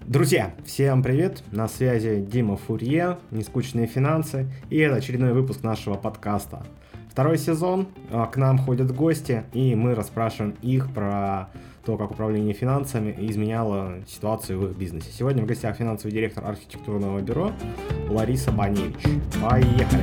Друзья, всем привет! На связи Дима Фурье, «Нескучные финансы», и это очередной выпуск нашего подкаста. Второй сезон, к нам ходят гости, и мы расспрашиваем их про то, как управление финансами изменяло ситуацию в их бизнесе. Сегодня в гостях финансовый директор архитектурного бюро Лариса Баневич. Поехали!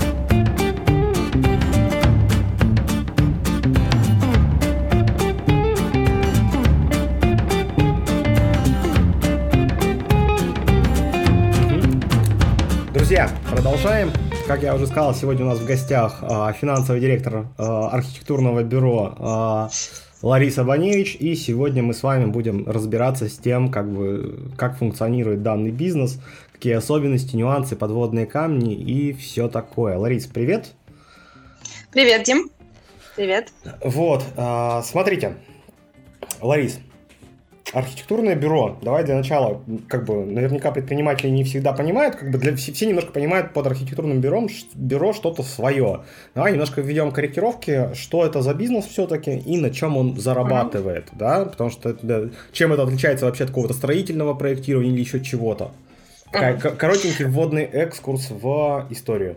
Друзья, продолжаем. Как я уже сказал, сегодня у нас в гостях финансовый директор архитектурного бюро Лариса Баневич, и сегодня мы с вами будем разбираться с тем, как функционирует данный бизнес, какие особенности, нюансы, подводные камни и все такое. Ларис, привет! Привет, Дим! Привет! Вот, смотрите, Ларис, архитектурное бюро. Давай для начала, наверняка предприниматели не всегда понимают, все немножко понимают под архитектурным бюро что-то свое. Давай немножко введем корректировки, что это за бизнес все-таки и на чем он зарабатывает, да, потому что чем это отличается вообще от какого-то строительного проектирования или еще чего-то. Коротенький вводный экскурс в историю.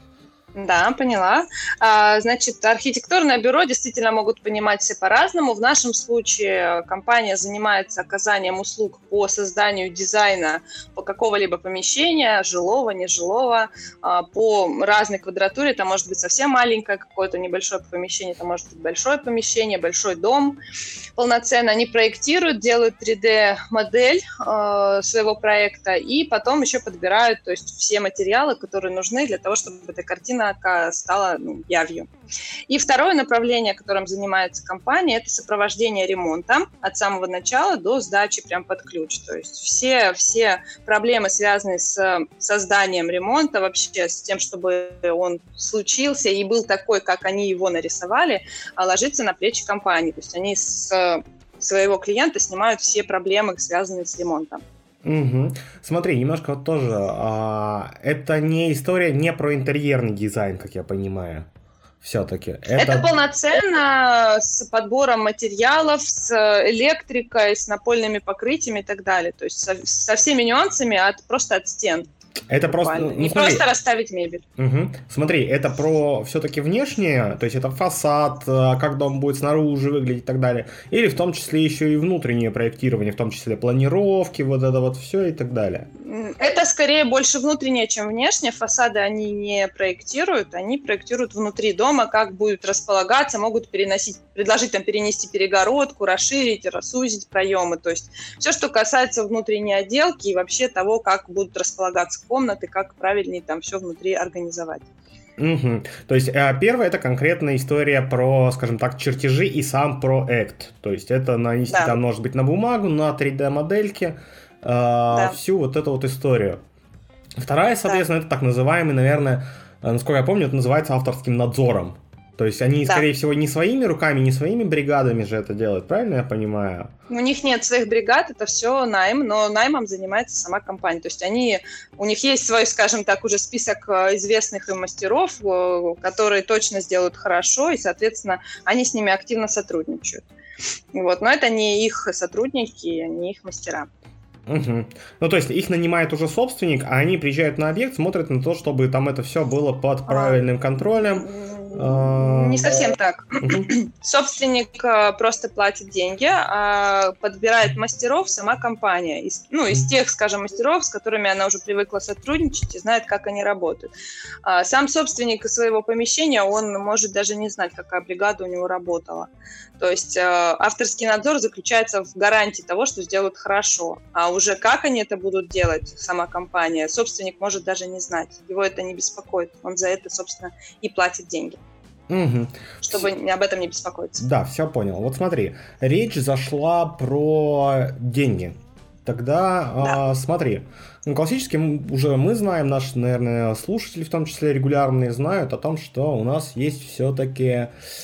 Да, поняла. Значит, архитектурное бюро действительно могут понимать все по-разному. В нашем случае компания занимается оказанием услуг по созданию дизайна по какого-либо помещения, жилого, нежилого, по разной квадратуре. Это может быть совсем маленькое какое-то небольшое помещение, это может быть большое помещение, большой дом. Полноценно они проектируют, делают 3D-модель своего проекта и потом еще подбирают, то есть все материалы, которые нужны для того, чтобы эта картина стала явью. И второе направление, которым занимается компания, это сопровождение ремонта от самого начала до сдачи прям под ключ. То есть все проблемы, связанные с созданием ремонта, вообще с тем, чтобы он случился и был такой, как они его нарисовали, ложится на плечи компании. То есть они с своего клиента снимают все проблемы, связанные с ремонтом. Угу. Смотри, немножко вот тоже, это не история не про интерьерный дизайн, как я понимаю, все-таки. Это полноценно с подбором материалов, с электрикой, с напольными покрытиями и так далее, то есть со всеми нюансами просто от стен. Это просто не просто расставить мебель. Угу. Смотри, это про все-таки внешнее, то есть это фасад, как дом будет снаружи выглядеть и так далее, или в том числе еще и внутреннее проектирование, в том числе планировки, вот это вот все и так далее. Это скорее больше внутреннее, чем внешнее. Фасады они не проектируют, они проектируют внутри дома, как будет располагаться, могут предложить там перенести перегородку, расширить, рассузить проемы. То есть все, что касается внутренней отделки и вообще того, как будут располагаться комнаты, как правильнее там все внутри организовать. Угу. То есть первое это конкретная история про, скажем так, чертежи и сам проект. То есть это нанести там, может быть, на бумагу, на 3D-модельке, всю вот эту вот историю. Вторая, соответственно, это так называемый, наверное, насколько я помню, это называется авторским надзором. То есть они, скорее всего, не своими руками, не своими бригадами же это делают, правильно я понимаю? У них нет своих бригад, это все найм, но наймом занимается сама компания. То есть у них есть свой, скажем так, уже список известных им мастеров, которые точно сделают хорошо, и, соответственно, они с ними активно сотрудничают. Вот. Но это не их сотрудники, не их мастера. Угу. Ну, то есть их нанимает уже собственник, а они приезжают на объект, смотрят на то, чтобы там это все было под правильным контролем. Не совсем так. Собственник просто платит деньги, а подбирает мастеров сама компания. Из тех, скажем, мастеров, с которыми она уже привыкла сотрудничать и знает, как они работают. Сам собственник своего помещения, он может даже не знать, какая бригада у него работала. То есть авторский надзор заключается в гарантии того, что сделают хорошо. А уже как они это будут делать, сама компания, собственник может даже не знать. Его это не беспокоит. Он за это, собственно, и платит деньги. Угу. Чтобы об этом не беспокоиться. Да, все понял. Вот смотри, речь зашла про деньги. Тогда смотри, классически уже мы знаем, наши, наверное, слушатели в том числе регулярные знают о том, что у нас есть все-таки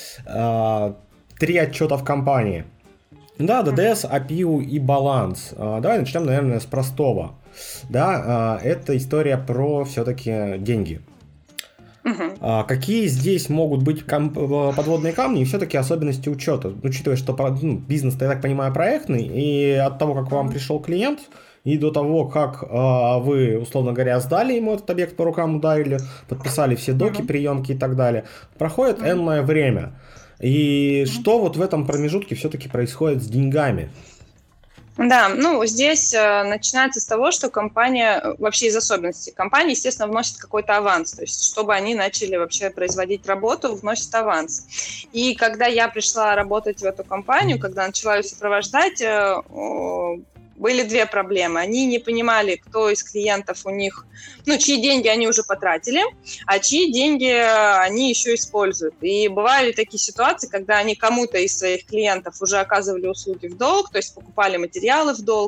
3 отчета в компании. Да, ДДС, АПИУ и баланс. Давай начнем, наверное, с простого. Да, это история про все-таки деньги. Какие здесь могут быть подводные камни и все-таки особенности учета? Учитывая, что бизнес, я так понимаю, проектный, и от того, как к вам пришел клиент, и до того, как вы, условно говоря, сдали ему этот объект, по рукам ударили, подписали все доки, приемки и так далее, проходит энное время. И что вот в этом промежутке все-таки происходит с деньгами? Да, ну здесь начинается с того, что компания, вообще из особенностей, компания, естественно, вносит какой-то аванс, то есть чтобы они начали вообще производить работу, вносит аванс. И когда я пришла работать в эту компанию, когда начала ее сопровождать, были две проблемы. Они не понимали, кто из клиентов у них, ну, чьи деньги они уже потратили, а чьи деньги они еще используют. И бывали такие ситуации, когда они кому-то из своих клиентов уже оказывали услуги в долг, то есть покупали материалы в долг,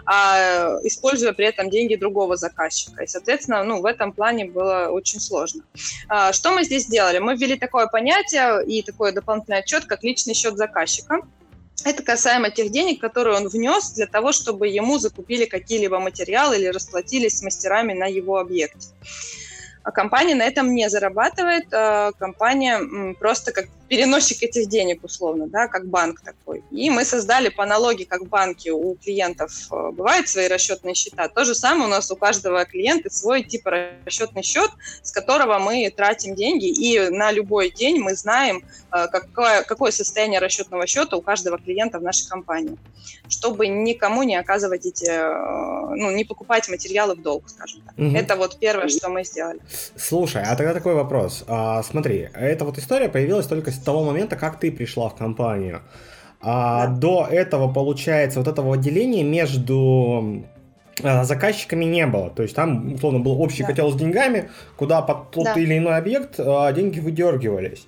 используя при этом деньги другого заказчика. И, соответственно, ну, в этом плане было очень сложно. Что мы здесь сделали? Мы ввели такое понятие и такой дополнительный отчет, как личный счет заказчика. Это касаемо тех денег, которые он внес для того, чтобы ему закупили какие-либо материалы или расплатились с мастерами на его объекте. А компания на этом не зарабатывает, компания просто как переносчик этих денег условно, да, как банк такой. И мы создали по аналогии, как в банке у клиентов бывают свои расчетные счета, то же самое у нас у каждого клиента свой типа расчетный счет, с которого мы тратим деньги, и на любой день мы знаем, какое состояние расчетного счета у каждого клиента в нашей компании, чтобы никому не оказывать не покупать материалы в долг, скажем так. Угу. Это вот первое, что мы сделали. Слушай, а тогда такой вопрос. Смотри, эта вот история появилась только с того момента, как ты пришла в компанию. Да. До этого, получается, вот этого отделения между заказчиками не было. То есть там, условно, был общий котел с деньгами, куда под тот или иной объект деньги выдергивались.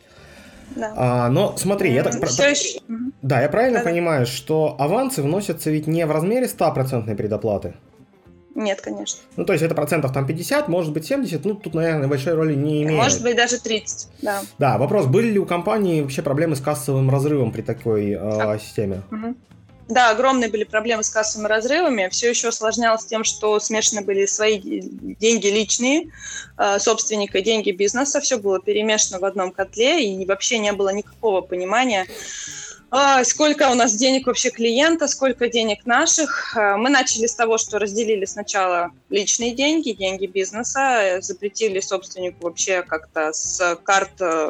Да. Но смотри, я правильно понимаю, что авансы вносятся ведь не в размере 100% предоплаты? Нет, конечно. Ну, то есть это процентов там 50, может быть 70, ну, тут, наверное, большой роли не имеет. Может быть, даже 30, да. Да, вопрос, были ли у компании вообще проблемы с кассовым разрывом при такой системе? Угу. Да, огромные были проблемы с кассовыми разрывами. Все еще осложнялось тем, что смешаны были свои деньги личные собственника и деньги бизнеса. Все было перемешано в одном котле, и вообще не было никакого понимания, сколько у нас денег вообще клиента, сколько денег наших. Мы начали с того, что разделили сначала личные деньги, деньги бизнеса, запретили собственнику вообще как-то с карт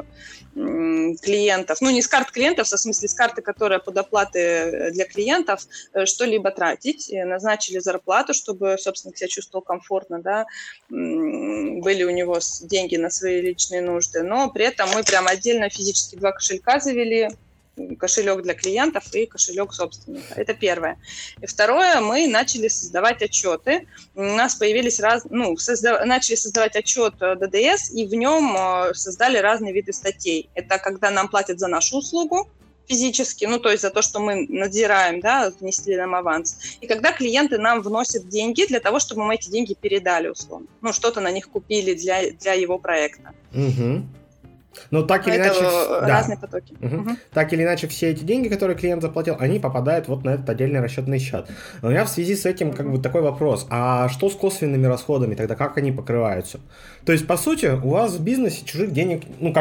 клиентов, ну не с карт клиентов, а в смысле с карты, которая под оплаты для клиентов, что-либо тратить. И назначили зарплату, чтобы собственник себя чувствовал комфортно, да, были у него деньги на свои личные нужды, но при этом мы прям отдельно физически два кошелька завели, кошелек для клиентов и кошелек собственника. Это первое. И второе, мы начали создавать отчеты. У нас появились начали создавать отчет ДДС, и в нем создали разные виды статей. Это когда нам платят за нашу услугу физически, ну, то есть за то, что мы надзираем, да, внесли нам аванс. И когда клиенты нам вносят деньги для того, чтобы мы эти деньги передали, условно. Ну, что-то на них купили для его проекта. Угу. Но так или иначе, разные потоки. Угу. Так или иначе, все эти деньги, которые клиент заплатил, они попадают вот на этот отдельный расчетный счет. Но у меня в связи с этим как бы такой вопрос. А что с косвенными расходами тогда? Как они покрываются? То есть, по сути, у вас в бизнесе чужих денег, ну,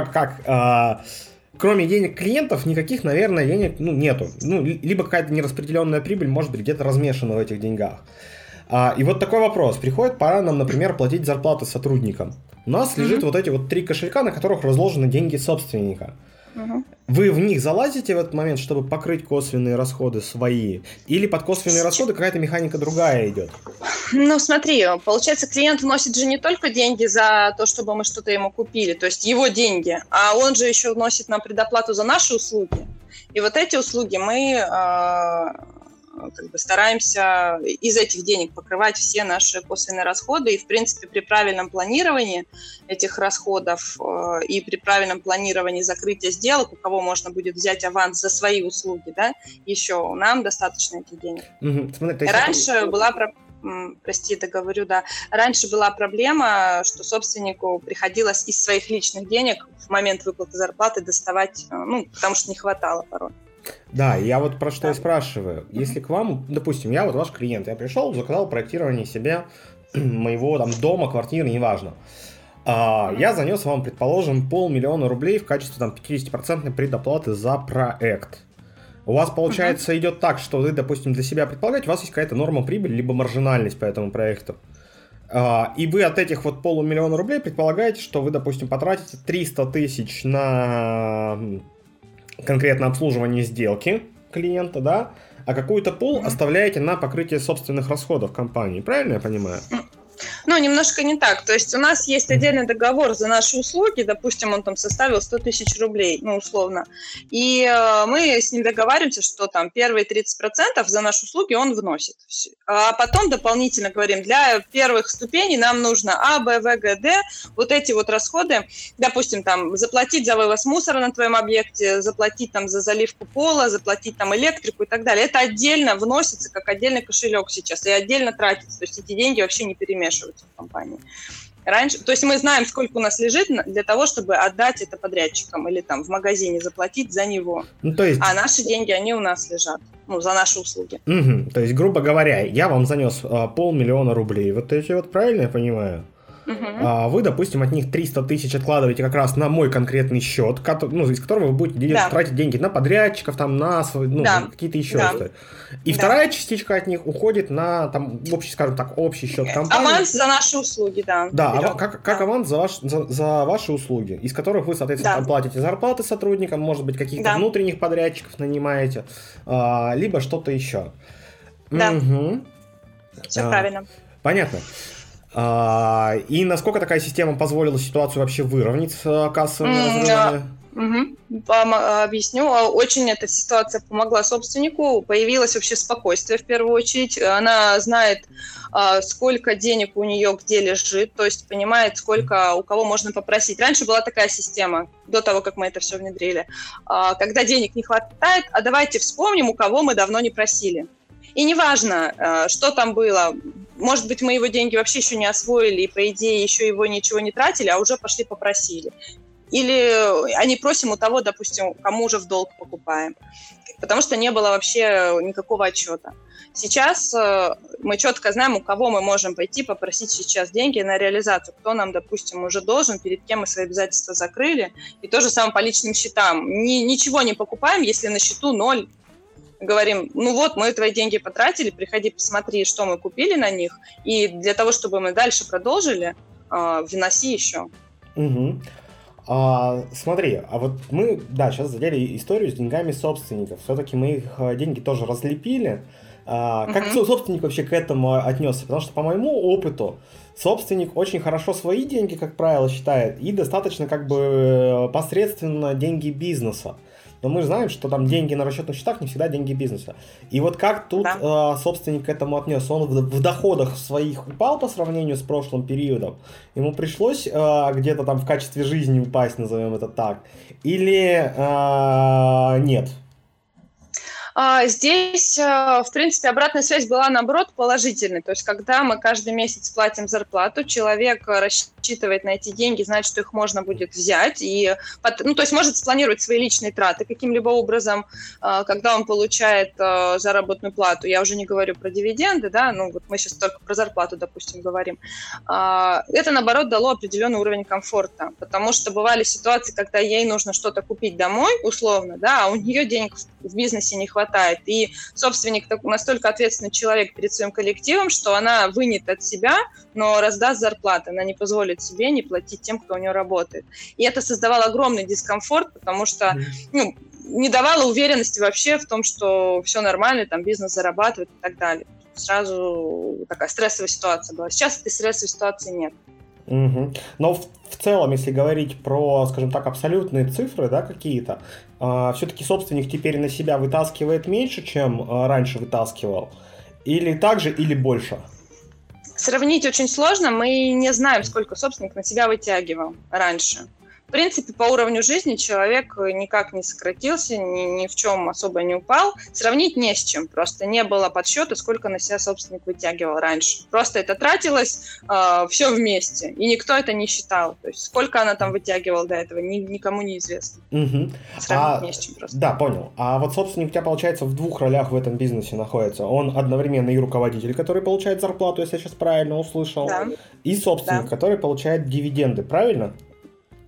кроме денег клиентов, никаких, наверное, денег нету. Ну, либо какая-то нераспределенная прибыль, может быть, где-то размешана в этих деньгах. И вот такой вопрос. Приходит пора нам, например, платить зарплаты сотрудникам. У нас лежит вот эти вот 3 кошелька, на которых разложены деньги собственника. Вы в них залазите в этот момент, чтобы покрыть косвенные расходы свои? Или под косвенные расходы какая-то механика другая идет? Ну, смотри, получается, клиент вносит же не только деньги за то, чтобы мы что-то ему купили, то есть его деньги, а он же еще вносит нам предоплату за наши услуги. И вот эти услуги мы стараемся из этих денег покрывать все наши косвенные расходы. И, в принципе, при правильном планировании этих расходов и при правильном планировании закрытия сделок, у кого можно будет взять аванс за свои услуги, да, еще нам достаточно этих денег. Раньше была Раньше была проблема, что собственнику приходилось из своих личных денег в момент выплаты зарплаты доставать, потому что не хватало порой. Да, я вот про что и спрашиваю. Если к вам, допустим, я вот ваш клиент, я пришел, заказал проектирование себе моего там дома, квартиры, неважно. Я занес вам, предположим, 500 000 рублей в качестве там 50% предоплаты за проект. У вас, получается, идет так, что вы, допустим, для себя предполагаете, у вас есть какая-то норма прибыли, либо маржинальность по этому проекту. И вы от этих вот 500 000 рублей предполагаете, что вы, допустим, потратите 300 тысяч на конкретно обслуживание сделки клиента, да, а какую-то оставляете на покрытие собственных расходов компании. Правильно я понимаю? Ну, немножко не так. То есть у нас есть отдельный договор за наши услуги, допустим, он там составил 100 тысяч рублей, ну, условно, и мы с ним договариваемся, что там первые 30% за наши услуги он вносит. А потом дополнительно говорим, для первых ступеней нам нужно А, Б, В, Г, Д, вот эти вот расходы, допустим, там, заплатить за вывоз мусора на твоем объекте, заплатить там за заливку пола, заплатить там электрику и так далее. Это отдельно вносится, как отдельный кошелек сейчас, и отдельно тратится. То есть эти деньги вообще не перемешиваются в компании. Раньше, то есть мы знаем, сколько у нас лежит для того, чтобы отдать это подрядчикам или там в магазине заплатить за него. Ну, то есть... А наши деньги, они у нас лежат, ну, за наши услуги. Угу. То есть, грубо говоря, я вам занес 500 000 рублей. Вот эти вот, правильно я понимаю? Вы, допустим, от них 300 тысяч откладываете как раз на мой конкретный счет, ну, из которого вы будете тратить деньги на подрядчиков, там, на свои, ну, какие-то еще истории. И вторая частичка от них уходит на там, общий, скажем так, общий счет компании. Аванс за наши услуги, да. Да, как аванс за ваши услуги, из которых вы, соответственно, там платите зарплаты сотрудникам, может быть, каких-то внутренних подрядчиков нанимаете, либо что-то еще. Да. Все правильно. Понятно. И насколько такая система позволила ситуацию вообще выровнять с кассовыми разрывами? Объясню. Очень эта ситуация помогла собственнику. Появилось вообще спокойствие в первую очередь. Она знает, сколько денег у нее где лежит, то есть понимает, сколько у кого можно попросить. Раньше была такая система, до того, как мы это все внедрили. Когда денег не хватает, а давайте вспомним, у кого мы давно не просили. И неважно, что там было, может быть, мы его деньги вообще еще не освоили, и, по идее, еще его ничего не тратили, а уже пошли попросили. Или они просим у того, допустим, кому уже в долг покупаем, потому что не было вообще никакого отчета. Сейчас мы четко знаем, у кого мы можем пойти попросить сейчас деньги на реализацию, кто нам, допустим, уже должен, перед кем мы свои обязательства закрыли. И то же самое по личным счетам. Ничего не покупаем, если на счету 0. Говорим, ну вот, мы твои деньги потратили, приходи, посмотри, что мы купили на них, и для того, чтобы мы дальше продолжили, вноси еще. Угу. Смотри, а вот мы, сейчас задели историю с деньгами собственников. Все-таки мы их деньги тоже разлепили. Как собственник вообще к этому отнесся? Потому что, по моему опыту, собственник очень хорошо свои деньги, как правило, считает, и достаточно как бы посредственно деньги бизнеса. Но мы знаем, что там деньги на расчетных счетах не всегда деньги бизнеса. И вот как тут собственник к этому отнесся? Он в доходах своих упал по сравнению с прошлым периодом? Ему пришлось где-то там в качестве жизни упасть, назовем это так? Или нет? Здесь, в принципе, обратная связь была, наоборот, положительной. То есть, когда мы каждый месяц платим зарплату, человек рассчитывает на эти деньги, знает, что их можно будет взять, и, ну, то есть, может спланировать свои личные траты каким-либо образом, когда он получает заработную плату. Я уже не говорю про дивиденды, да, ну, вот мы сейчас только про зарплату, допустим, говорим. Это, наоборот, дало определенный уровень комфорта, потому что бывали ситуации, когда ей нужно что-то купить домой, условно, да, а у нее денег в бизнесе не хватает. И собственник настолько ответственный человек перед своим коллективом, что она вынет от себя, но раздаст зарплату. Она не позволит себе не платить тем, кто у нее работает. И это создавало огромный дискомфорт, потому что не давало уверенности вообще в том, что все нормально, там бизнес зарабатывает и так далее. Сразу такая стрессовая ситуация была. Сейчас этой стрессовой ситуации нет. Угу. Но в целом, если говорить про, скажем так, абсолютные цифры, да, какие-то, все-таки собственник теперь на себя вытаскивает меньше, чем раньше вытаскивал? Или так же, или больше? Сравнить очень сложно. Мы не знаем, сколько собственник на себя вытягивал раньше. В принципе, по уровню жизни человек никак не сократился, ни в чем особо не упал. Сравнить не с чем. Просто не было подсчета, сколько на себя собственник вытягивал раньше. Просто это тратилось все вместе, и никто это не считал. То есть сколько она там вытягивала до этого, никому не известно. Сравнить не с чем просто. Да, понял. А вот собственник у тебя, получается, в двух ролях в этом бизнесе находится. Он одновременно и руководитель, который получает зарплату, если я сейчас правильно услышал, и собственник, который получает дивиденды, правильно?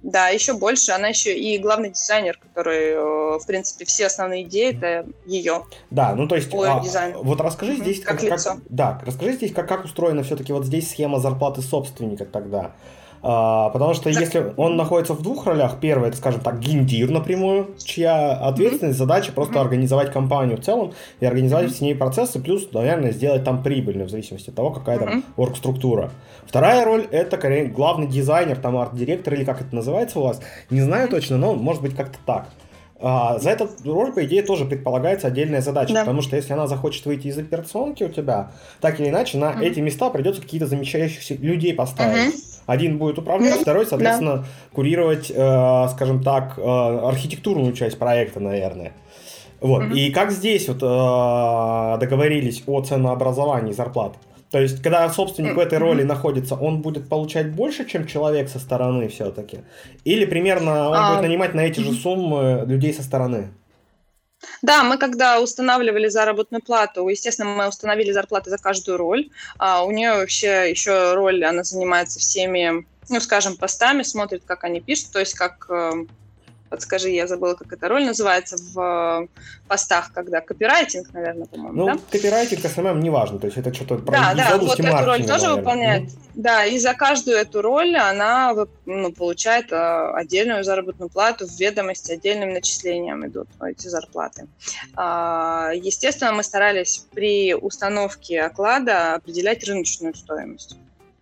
Да, еще больше. Она еще и главный дизайнер, который, в принципе, все основные идеи, это ее. Да, ну то есть, дизайн. вот расскажи здесь, расскажи здесь, как устроена все-таки вот здесь схема зарплаты собственника тогда. Потому что если он находится в двух ролях, первый, это, скажем так, гендир напрямую, чья ответственность, задача просто организовать компанию в целом и организовать с ней процессы, плюс, наверное, сделать там прибыльную, в зависимости от того, какая там оргструктура. Вторая роль — это главный дизайнер, там арт-директор, или как это называется у вас, не знаю точно, но может быть как-то так. За эту роль, по идее, тоже предполагается отдельная задача, потому что если она захочет выйти из операционки у тебя, так или иначе, на эти места придется какие-то замещающихся людей поставить. Один будет управлять, второй, соответственно, курировать, скажем так, архитектурную часть проекта, наверное. Вот. И как здесь вот договорились о ценообразовании зарплат? То есть, когда собственник в этой роли находится, он будет получать больше, чем человек со стороны все-таки? Или примерно он будет нанимать на эти же суммы людей со стороны? Да, мы когда устанавливали заработную плату, естественно, мы установили зарплаты за каждую роль. У нее вообще еще роль, она занимается всеми, ну, скажем, постами, смотрит, как они пишут, то есть как... Подскажи, я забыла, как эта роль называется в постах, когда копирайтинг, наверное, по-моему, ну, да? Копирайтинг, СММ, неважно, то есть это что-то про вот эту роль тоже наверное. Выполняет. Да, и за каждую эту роль она получает отдельную заработную плату, в ведомости отдельным начислением идут эти зарплаты. Естественно, мы старались при установке оклада определять рыночную стоимость.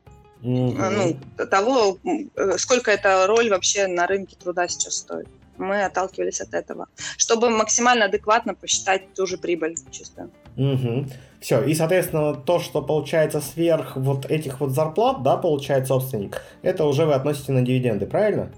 Ну, того, сколько эта роль вообще на рынке труда сейчас стоит. Мы отталкивались от этого, чтобы максимально адекватно посчитать ту же прибыль чистую. Все, и, соответственно, то, что получается сверх вот этих вот зарплат, да, получает собственник, это уже вы относите на дивиденды, правильно?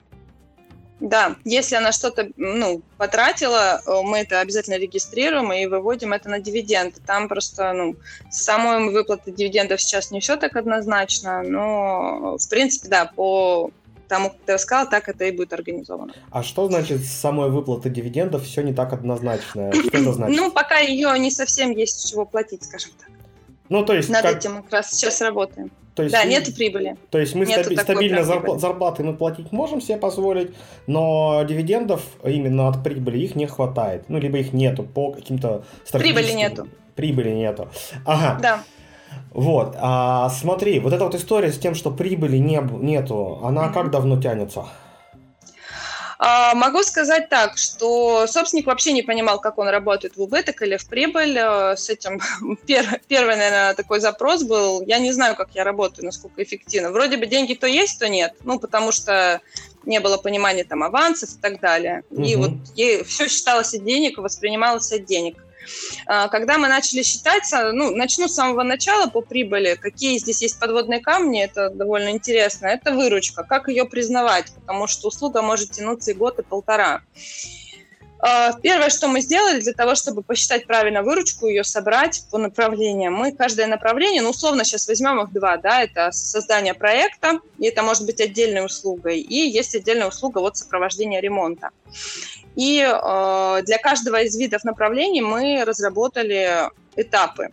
Да, если она что-то, потратила, мы это обязательно регистрируем и выводим это на дивиденды. Там просто, с самой выплаты дивидендов сейчас не все так однозначно, но, в принципе, да, по тому, как ты рассказал, так это и будет организовано. А что значит с самой выплаты дивидендов все не так однозначно? Что это значит? Пока ее не совсем есть с чего платить, скажем так. Ну, то есть... Над этим мы как раз сейчас работаем. То есть, да, нет прибыли. То есть мы стабильно зарплаты мы платить можем себе позволить, но дивидендов именно от прибыли их не хватает. Ну, либо их нету по каким-то стратегическим... Прибыли нету. Ага. Да. Вот. Смотри, вот эта вот история с тем, что прибыли нету, она как давно тянется? Могу сказать так, что собственник вообще не понимал, как он работает в убыток или в прибыль. С этим первый, наверное, такой запрос был. Я не знаю, как я работаю, насколько эффективно. Вроде бы деньги то есть, то нет. Потому что не было понимания там авансов и так далее. И вот все считалось от денег, воспринималось от денег. Когда мы начали считать, начну с самого начала по прибыли, какие здесь есть подводные камни, это довольно интересно. Это выручка, как ее признавать, потому что услуга может тянуться и год, и полтора. Первое, что мы сделали для того, чтобы посчитать правильно выручку, ее собрать по направлениям. Мы каждое направление, условно сейчас возьмем их два, да, это создание проекта, и это может быть отдельной услугой, и есть отдельная услуга сопровождения ремонта. И для каждого из видов направлений мы разработали этапы.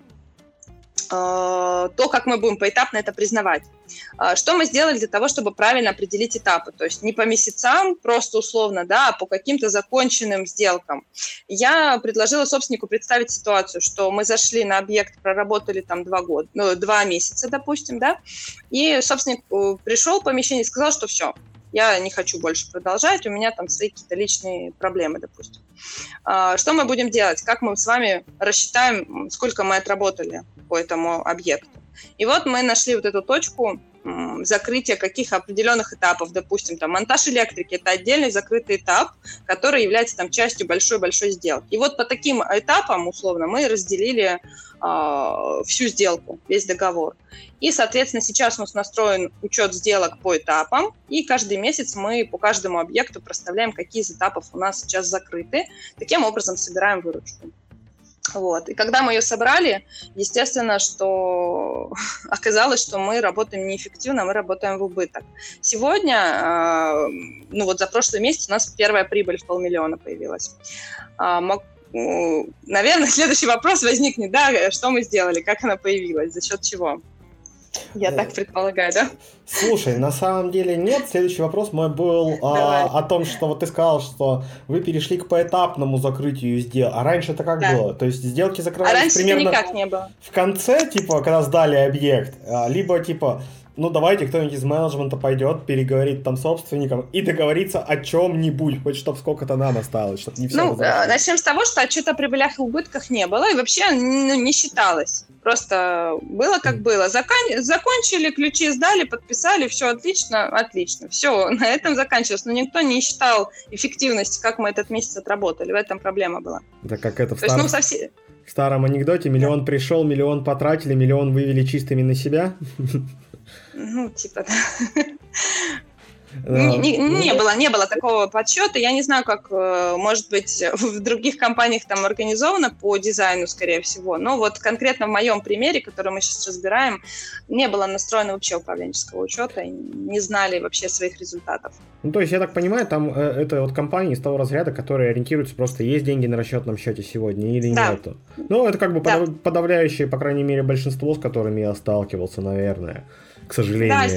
То, как мы будем поэтапно это признавать. Что мы сделали для того, чтобы правильно определить этапы? То есть не по месяцам, просто условно, да, а по каким-то законченным сделкам. Я предложила собственнику представить ситуацию, что мы зашли на объект, проработали там 2 месяца, допустим, да, и собственник пришел в помещение и сказал, что все, я не хочу больше продолжать, у меня там свои какие-то личные проблемы, допустим. Что мы будем делать? Как мы с вами рассчитаем, сколько мы отработали по этому объекту? И вот мы нашли вот эту точку закрытия каких определенных этапов. Допустим, там монтаж электрики – это отдельный закрытый этап, который является там частью большой-большой сделки. И вот по таким этапам, условно, мы разделили всю сделку, весь договор. И, соответственно, сейчас у нас настроен учет сделок по этапам, и каждый месяц мы по каждому объекту проставляем, какие из этапов у нас сейчас закрыты. Таким образом собираем выручку. Вот. И когда мы ее собрали, естественно, что оказалось, что мы работаем неэффективно, мы работаем в убыток. Сегодня, за прошлый месяц у нас первая прибыль в 500 000 появилась. Наверное, следующий вопрос возникнет, да, что мы сделали, как она появилась, за счет чего? Я так предполагаю, да? Слушай, на самом деле нет. Следующий вопрос мой был о том, что вот ты сказал, что вы перешли к поэтапному закрытию сделок. А раньше это как было? То есть сделки закрывались примерно никак не было. В конце, типа, когда сдали объект, либо типа, ну давайте кто-нибудь из менеджмента пойдет, переговорит там с собственником и договорится о чем-нибудь, хоть чтобы сколько-то нам осталось, чтобы не все начнем с того, что отчета о прибылях и убытках не было и вообще не считалось. Просто было как было. Закончили, ключи сдали, подписали, все отлично. Все, на этом заканчивалось. Но никто не считал эффективности, как мы этот месяц отработали. В этом проблема была. Да как это в старом анекдоте. Миллион пришел, миллион потратили, миллион вывели чистыми на себя. Ну, типа, да. Не было такого подсчета. Я не знаю, как, может быть, в других компаниях там организовано по дизайну, скорее всего. Но вот конкретно в моем примере, который мы сейчас разбираем, не было настроено вообще управленческого учета, и не знали вообще своих результатов. Ну, то есть, я так понимаю, там это вот компании из того разряда, которые ориентируются просто, есть деньги на расчетном счете сегодня или нету. Ну, это как бы подавляющее, по крайней мере, большинство, с которыми я сталкивался, наверное. К сожалению. Да,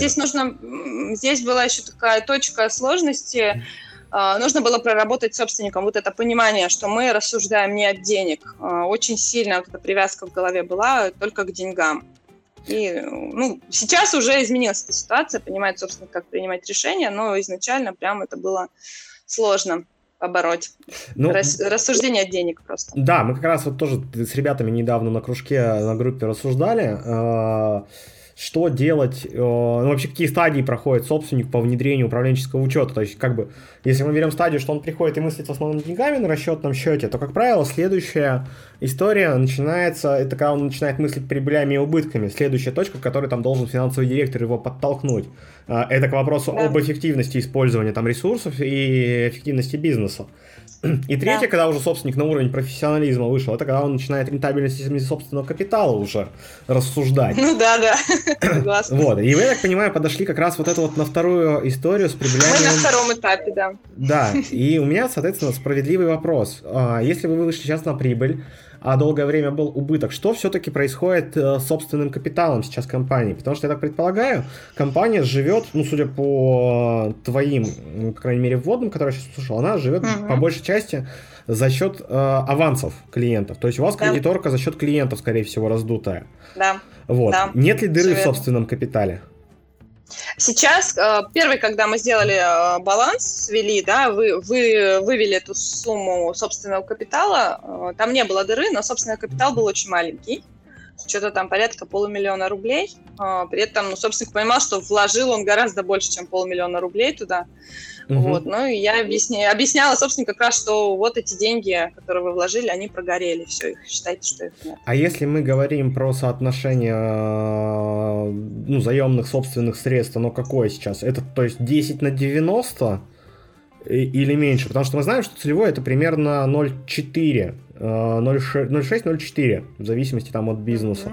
здесь была еще такая точка сложности. Нужно было проработать собственникам вот это понимание, что мы рассуждаем не от денег. Очень сильно вот эта привязка в голове была только к деньгам. И сейчас уже изменилась эта ситуация, понимает, собственно, как принимать решения, но изначально прям это было сложно побороть. Рассуждение от денег просто. Да, мы как раз вот тоже с ребятами недавно на кружке, на группе рассуждали, что делать, вообще какие стадии проходит собственник по внедрению управленческого учета. То есть, как бы, если мы берем стадию, что он приходит и мыслит в основном деньгами на расчетном счете, то, как правило, следующая история начинается, это когда он начинает мыслить прибылями и убытками. Следующая точка, к которой там должен финансовый директор его подтолкнуть. Это к вопросу об эффективности использования там ресурсов и эффективности бизнеса. И третье, когда уже собственник на уровень профессионализма вышел, это когда он начинает рентабельность собственного капитала уже рассуждать. Ну да. Согласна. Вот, и вы, я так понимаю, подошли как раз вот это вот на вторую историю с прибылями. Мы на втором этапе, да. Да, и у меня, соответственно, справедливый вопрос. Если вы вышли сейчас на прибыль, а долгое время был убыток, что все-таки происходит с собственным капиталом сейчас компании? Потому что, я так предполагаю, компания живет, судя по твоим, по крайней мере, вводным, которые я сейчас услышал, она живет по большей части за счет авансов клиентов. То есть у вас кредиторка за счет клиентов, скорее всего, раздутая. Да. Вот. Да. Нет ли дыры в собственном капитале? Сейчас, первый, когда мы сделали баланс, свели, да, вывели эту сумму собственного капитала, там не было дыры, но собственный капитал был очень маленький, что-то там порядка 500 000 рублей. При этом, собственник понимал, что вложил он гораздо больше, чем 500 000 рублей туда. Вот, и я объясняла, собственно, как раз, что вот эти деньги, которые вы вложили, они прогорели, все, их считайте, что их нет. А если мы говорим про соотношение заемных собственных средств, оно какое сейчас? Это, то есть, 10/90 или меньше? Потому что мы знаем, что целевое это примерно 0,4, 0,6-0,4, в зависимости там от бизнеса.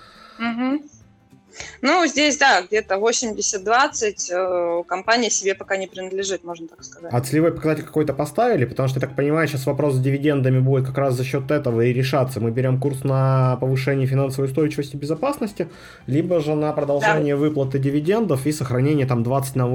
Здесь, да, где-то 80-20, компания себе пока не принадлежит, можно так сказать. А целевой показатель какой-то поставили? Потому что, я так понимаю, сейчас вопрос с дивидендами будет как раз за счет этого и решаться. Мы берем курс на повышение финансовой устойчивости и безопасности, либо же на продолжение выплаты дивидендов и сохранение там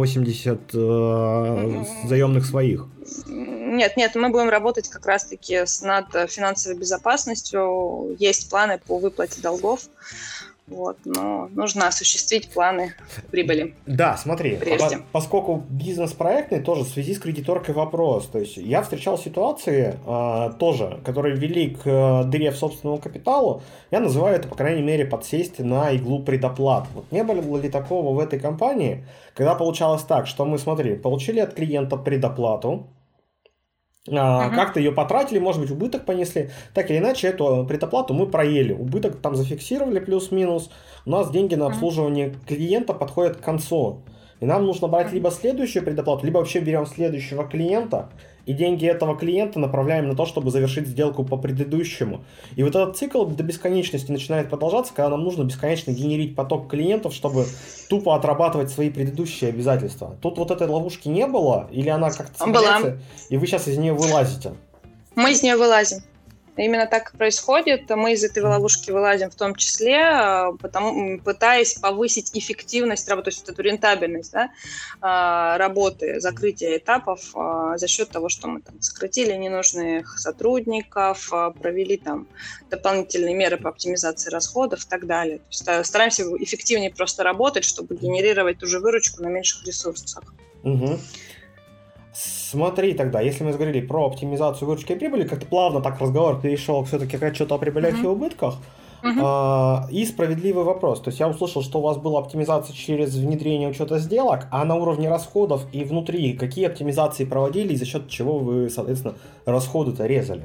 20/80 заемных своих. Нет, мы будем работать как раз-таки над финансовой безопасностью. Есть планы по выплате долгов. Вот, но нужно осуществить планы прибыли. Да, смотри, поскольку бизнес проектный, тоже в связи с кредиторкой вопрос. То есть я встречал ситуации тоже, которые вели к дыре в собственному капиталу. Я называю это, по крайней мере, подсесть на иглу предоплат. Вот не было ли такого в этой компании, когда получалось так, что мы, смотри, получили от клиента предоплату, как-то ее потратили, может быть, убыток понесли. Так или иначе, эту предоплату мы проели. Убыток там зафиксировали плюс-минус. У нас деньги на обслуживание клиента подходят к концу. И нам нужно брать либо следующую предоплату, либо вообще берем следующего клиента, и деньги этого клиента направляем на то, чтобы завершить сделку по предыдущему. И вот этот цикл до бесконечности начинает продолжаться, когда нам нужно бесконечно генерить поток клиентов, чтобы тупо отрабатывать свои предыдущие обязательства. Тут вот этой ловушки не было? Или она как-то была, и вы сейчас из нее вылазите? Мы из нее вылазим. Именно так и происходит. Мы из этой ловушки вылазим в том числе, пытаясь повысить эффективность работы, то есть эту рентабельность, да, работы, закрытия этапов за счет того, что мы там сократили ненужных сотрудников, провели там дополнительные меры по оптимизации расходов и так далее. То есть стараемся эффективнее просто работать, чтобы генерировать ту же выручку на меньших ресурсах. Угу. Смотри тогда, если мы говорили про оптимизацию выручки и прибыли, как-то плавно так разговор перешел все-таки к отчету о прибылях и убытках. И справедливый вопрос. То есть я услышал, что у вас была оптимизация через внедрение учета сделок, а на уровне расходов и внутри какие оптимизации проводили и за счет чего вы, соответственно, расходы-то резали?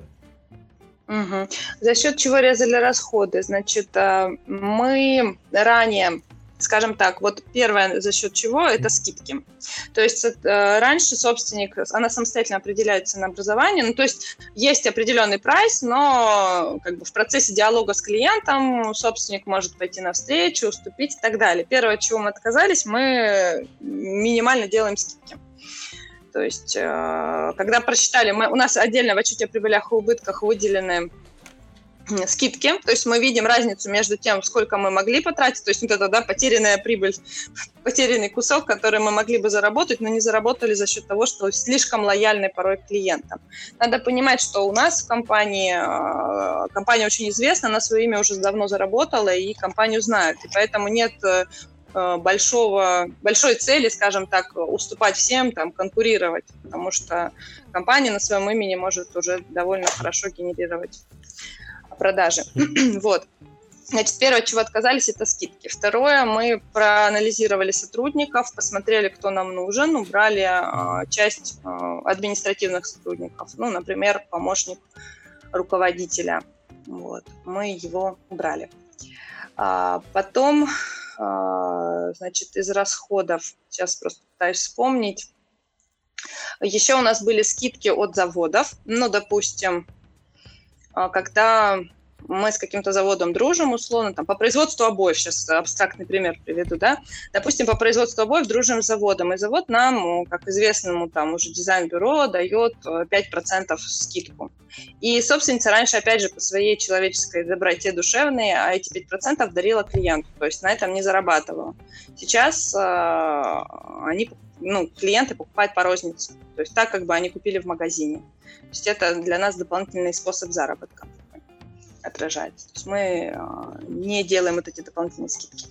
За счет чего резали расходы? Значит, мы ранее, скажем так, вот первое, за счет чего, это скидки. То есть раньше собственник, она самостоятельно определяет ценообразование, ну, то есть есть определенный прайс, но как бы в процессе диалога с клиентом собственник может пойти навстречу, уступить и так далее. Первое, от чего мы отказались, мы минимально делаем скидки. То есть, когда просчитали, у нас отдельно в отчете о прибылях и убытках выделены скидки, то есть мы видим разницу между тем, сколько мы могли потратить, то есть вот это, да, потерянная прибыль, потерянный кусок, который мы могли бы заработать, но не заработали за счет того, что слишком лояльны порой к клиентам. Надо понимать, что у нас в компания очень известна, она свое имя уже давно заработала, и компанию знают, и поэтому нет большой цели, скажем так, уступать всем, там, конкурировать, потому что компания на своем имени может уже довольно хорошо генерировать продажи. Вот. Значит, первое, от чего отказались, это скидки. Второе, мы проанализировали сотрудников, посмотрели, кто нам нужен, убрали часть административных сотрудников. Ну, например, помощник руководителя. Вот. Мы его убрали. Потом, значит, из расходов, сейчас просто пытаюсь вспомнить, еще у нас были скидки от заводов. Ну, допустим, когда мы с каким-то заводом дружим, условно, там, по производству обоев, сейчас абстрактный пример приведу, да, допустим, по производству обоев дружим с заводом, и завод нам, как известному там уже дизайн-бюро, дает 5% скидку. И собственница раньше, опять же, по своей человеческой доброте душевной, а эти 5% дарила клиенту, то есть на этом не зарабатывала. Сейчас клиенты покупают по рознице, то есть так, как бы они купили в магазине. То есть это для нас дополнительный способ заработка отражается. То есть мы не делаем вот эти дополнительные скидки.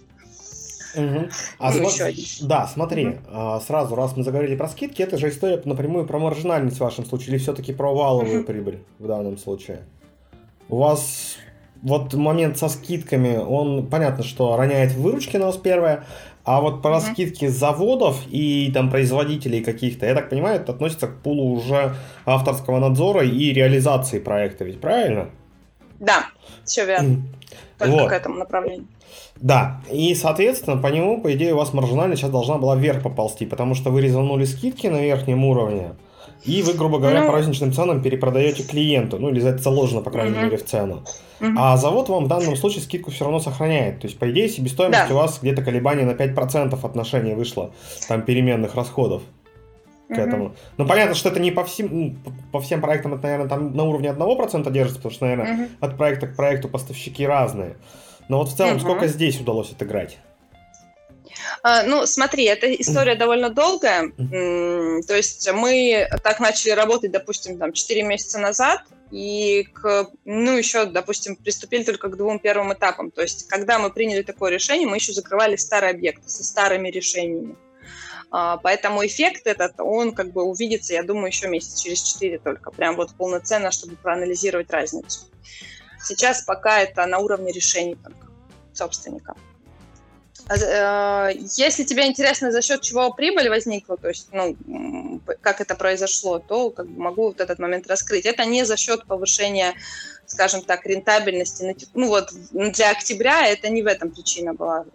Да, смотри, сразу, раз мы заговорили про скидки, это же история напрямую про маржинальность в вашем случае, или все-таки про валовую прибыль в данном случае? У вас вот момент со скидками, он, понятно, что роняет в выручке на вас первое, а вот про скидки заводов и там производителей каких-то, я так понимаю, это относится к пулу уже авторского надзора и реализации проекта, ведь правильно? Да, все верно. Только к этому направлению. Да, и, соответственно, по нему, по идее, у вас маржинальность сейчас должна была вверх поползти, потому что вы резанули скидки на верхнем уровне, и вы, грубо говоря, по розничным ценам перепродаете клиенту, ну, или это заложено, по крайней мере, в цену. А завод вам в данном случае скидку все равно сохраняет. То есть, по идее, себестоимость у вас где-то колебание на 5% отношения вышло, там, переменных расходов к этому. Но понятно, что это не по всем проектам, это, наверное, там на уровне 1% держится, потому что, наверное, от проекта к проекту поставщики разные. Но вот в целом, сколько здесь удалось отыграть? Ну, смотри, эта история довольно долгая. То есть мы так начали работать, допустим, там 4 месяца назад, и еще, допустим, приступили только к 2 первым этапам. То есть когда мы приняли такое решение, мы еще закрывали старые объекты со старыми решениями. Поэтому эффект этот, он как бы увидится, я думаю, еще месяц через 4 только, прям вот полноценно, чтобы проанализировать разницу. Сейчас пока это на уровне решений только собственника. Если тебе интересно, за счет чего прибыль возникла, то есть, как это произошло, то как бы могу вот этот момент раскрыть. Это не за счет повышения, скажем так, рентабельности. Для октября это не в этом причина была.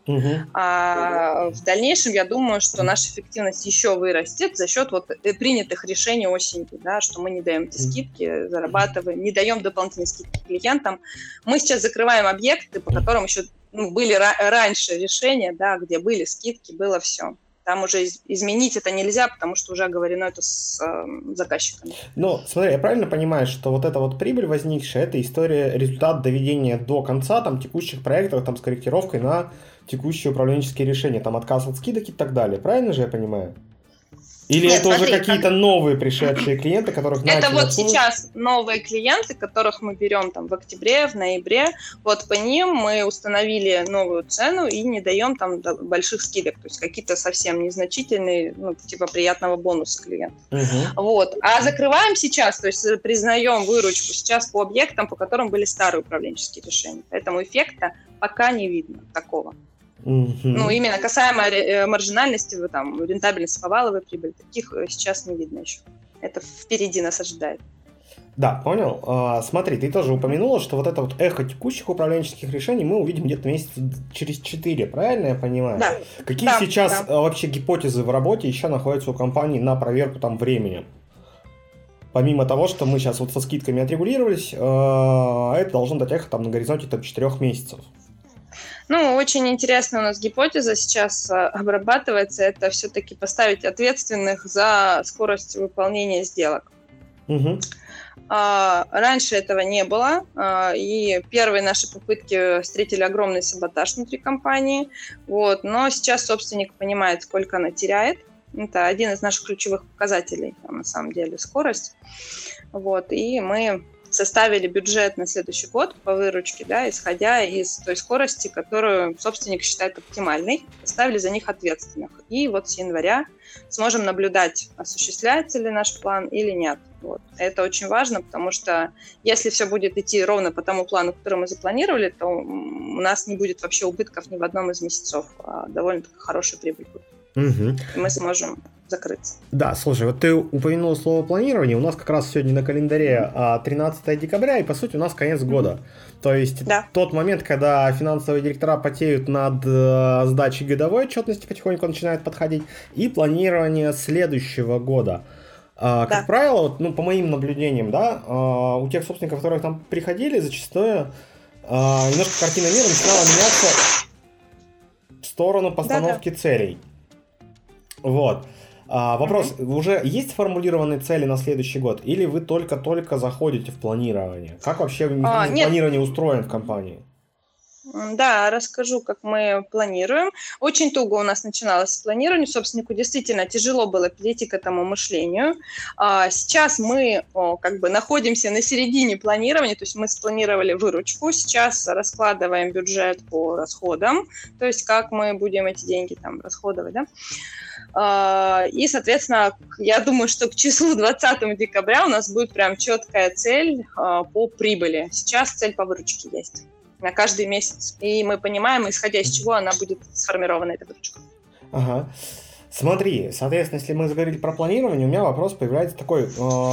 А в дальнейшем, я думаю, что наша эффективность еще вырастет за счет принятых решений осенью, да, что мы не даем эти скидки, зарабатываем, не даем дополнительные скидки клиентам. Мы сейчас закрываем объекты, по которым еще были раньше решения, да, где были скидки, было все. Там уже изменить это нельзя, потому что уже оговорено это с заказчиками. Ну, смотри, я правильно понимаю, что вот эта вот прибыль возникшая, это история, результат доведения до конца там текущих проектов, там с корректировкой на текущие управленческие решения, там отказ от скидок и так далее. Правильно же я понимаю? Или Нет, это смотри, уже какие-то новые пришедшие клиенты, которых начали... Это вот сейчас новые клиенты, которых мы берем там в октябре, в ноябре. Вот по ним мы установили новую цену и не даем там больших скидок. То есть какие-то совсем незначительные, ну, типа приятного бонуса клиенту. Вот. А закрываем сейчас, то есть признаем выручку сейчас по объектам, по которым были старые управленческие решения. Поэтому эффекта пока не видно такого. Ну, именно касаемо маржинальности, там, рентабельности по валовой прибыли, таких сейчас не видно еще. Это впереди нас ожидает. Да, понял. Смотри, ты тоже упомянула, что вот это вот эхо текущих управленческих решений мы увидим где-то месяца через 4, правильно я понимаю? Да. Какие сейчас вообще гипотезы в работе еще находятся у компании на проверку там временем? Помимо того, что мы сейчас вот со скидками отрегулировались, это должно дать эхо там на горизонте там 4 месяцев. Ну, очень интересная у нас гипотеза сейчас обрабатывается. Это все-таки поставить ответственных за скорость выполнения сделок. Раньше этого не было, и первые наши попытки встретили огромный саботаж внутри компании. Вот. Но сейчас собственник понимает, сколько она теряет. Это один из наших ключевых показателей, на самом деле, скорость. Вот. И мы составили бюджет на следующий год по выручке, да, исходя из той скорости, которую собственник считает оптимальной, поставили за них ответственных. И вот с января сможем наблюдать, осуществляется ли наш план или нет. Вот. Это очень важно, потому что если все будет идти ровно по тому плану, который мы запланировали, то у нас не будет вообще убытков ни в одном из месяцев, а довольно-таки хорошая прибыль будет. И мы сможем закрыться. Да, слушай, вот ты упомянул слово планирование, у нас как раз сегодня на календаре 13 декабря, и по сути у нас конец года. То есть тот момент, когда финансовые директора потеют над сдачей годовой отчетности, потихоньку начинает подходить, и планирование следующего года. Как правило, ну, по моим наблюдениям, да, у тех собственников, которые там приходили, зачастую немножко картина мира начинала меняться в сторону постановки целей. Вот. Вопрос, уже есть сформулированные цели на следующий год, или вы только-только заходите в планирование? Как вообще планирование устроено в компании? Да, расскажу, как мы планируем. Очень туго у нас начиналось с планирования. Собственнику действительно тяжело было перейти к этому мышлению. Сейчас мы как бы находимся на середине планирования, то есть мы спланировали выручку. Сейчас раскладываем бюджет по расходам, то есть как мы будем эти деньги там расходовать, да? И, соответственно, я думаю, что к числу 20 декабря у нас будет прям четкая цель по прибыли. Сейчас цель по выручке есть на каждый месяц. И мы понимаем, исходя из чего она будет сформирована, эта выручка. Ага. Смотри, соответственно, если мы заговорили про планирование, у меня вопрос появляется такой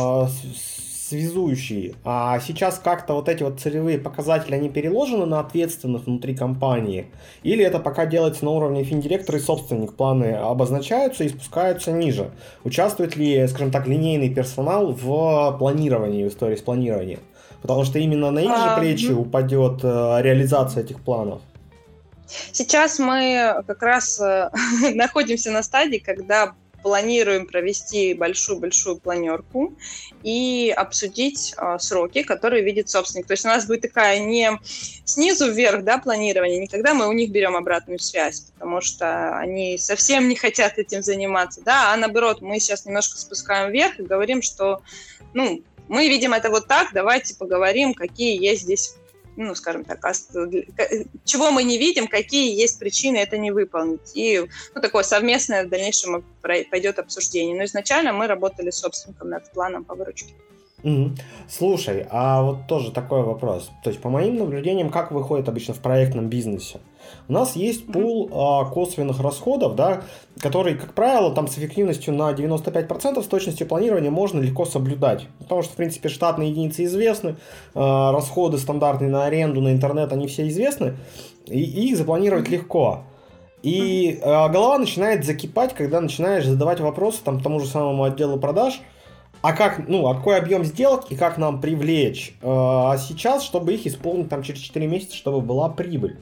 связующий. А сейчас как-то вот эти вот целевые показатели, они переложены на ответственных внутри компании? Или это пока делается на уровне финдиректора и собственник? Планы обозначаются и спускаются ниже? Участвует ли, скажем так, линейный персонал в планировании, в истории с планированием? Потому что именно на их же плечи упадет реализация этих планов. Сейчас мы как раз находимся на стадии, когда планируем провести большую-большую планерку и обсудить сроки, которые видит собственник. То есть у нас будет такая не снизу вверх, да, планирование, не когда мы у них берем обратную связь, потому что они совсем не хотят этим заниматься, да, а наоборот, мы сейчас немножко спускаем вверх и говорим, что, ну, мы видим это вот так, давайте поговорим, какие есть здесь, ну, скажем так, чего мы не видим, какие есть причины это не выполнить. И ну, такое совместное в дальнейшем пойдет обсуждение. Но изначально мы работали с собственником над планом по выручке. Слушай, а вот тоже такой вопрос. То есть, по моим наблюдениям, как выходит обычно в проектном бизнесе? У нас есть пул косвенных расходов, да, которые, как правило, там с эффективностью на 95% с точностью планирования можно легко соблюдать. Потому что, в принципе, штатные единицы известны, расходы стандартные на аренду, на интернет, они все известны, и их запланировать легко. И голова начинает закипать, когда начинаешь задавать вопросы там, тому же самому отделу продаж, а как, ну, а какой объем сделок и как нам привлечь сейчас, чтобы их исполнить там через 4 месяца, чтобы была прибыль.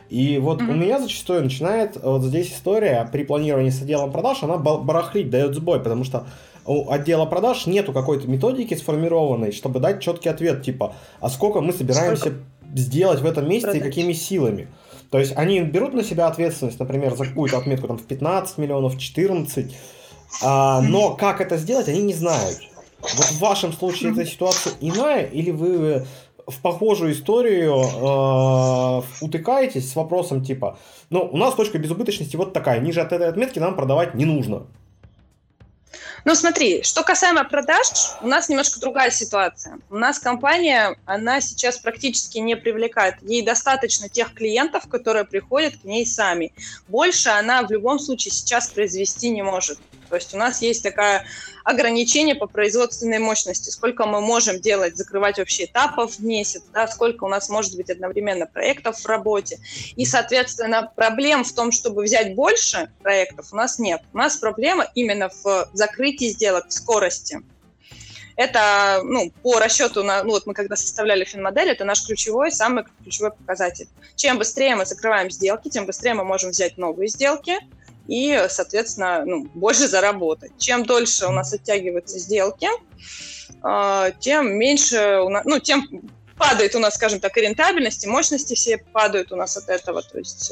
И вот у меня зачастую начинает вот здесь история при планировании с отделом продаж, она барахлить, дает сбой, потому что у отдела продаж нету какой-то методики сформированной, чтобы дать четкий ответ, типа, а сколько мы собираемся сделать в этом месяце и какими силами. То есть они берут на себя ответственность, например, за какую-то отметку там, в 15 миллионов, в 14, но как это сделать, они не знают. Вот в вашем случае эта ситуация иная, или вы в похожую историю утыкаетесь с вопросом типа, ну, у нас точка безубыточности вот такая, ниже от этой отметки нам продавать не нужно. Ну, смотри, что касаемо продаж, у нас немножко другая ситуация. У нас компания, она сейчас практически не привлекает. Ей достаточно тех клиентов, которые приходят к ней сами. Больше она в любом случае сейчас произвести не может. То есть у нас есть такое ограничение по производственной мощности, сколько мы можем делать, закрывать вообще этапов в месяц, да, сколько у нас может быть одновременно проектов в работе. И, соответственно, проблем в том, чтобы взять больше проектов, у нас нет. У нас проблема именно в закрытии сделок, в скорости. Это, по расчету, вот мы когда составляли финмодель, это наш самый ключевой показатель. Чем быстрее мы закрываем сделки, тем быстрее мы можем взять новые сделки, и, соответственно, больше заработать. Чем дольше у нас оттягиваются сделки, тем меньше тем падает у нас, скажем так, и рентабельность, и мощности все падают у нас от этого. То есть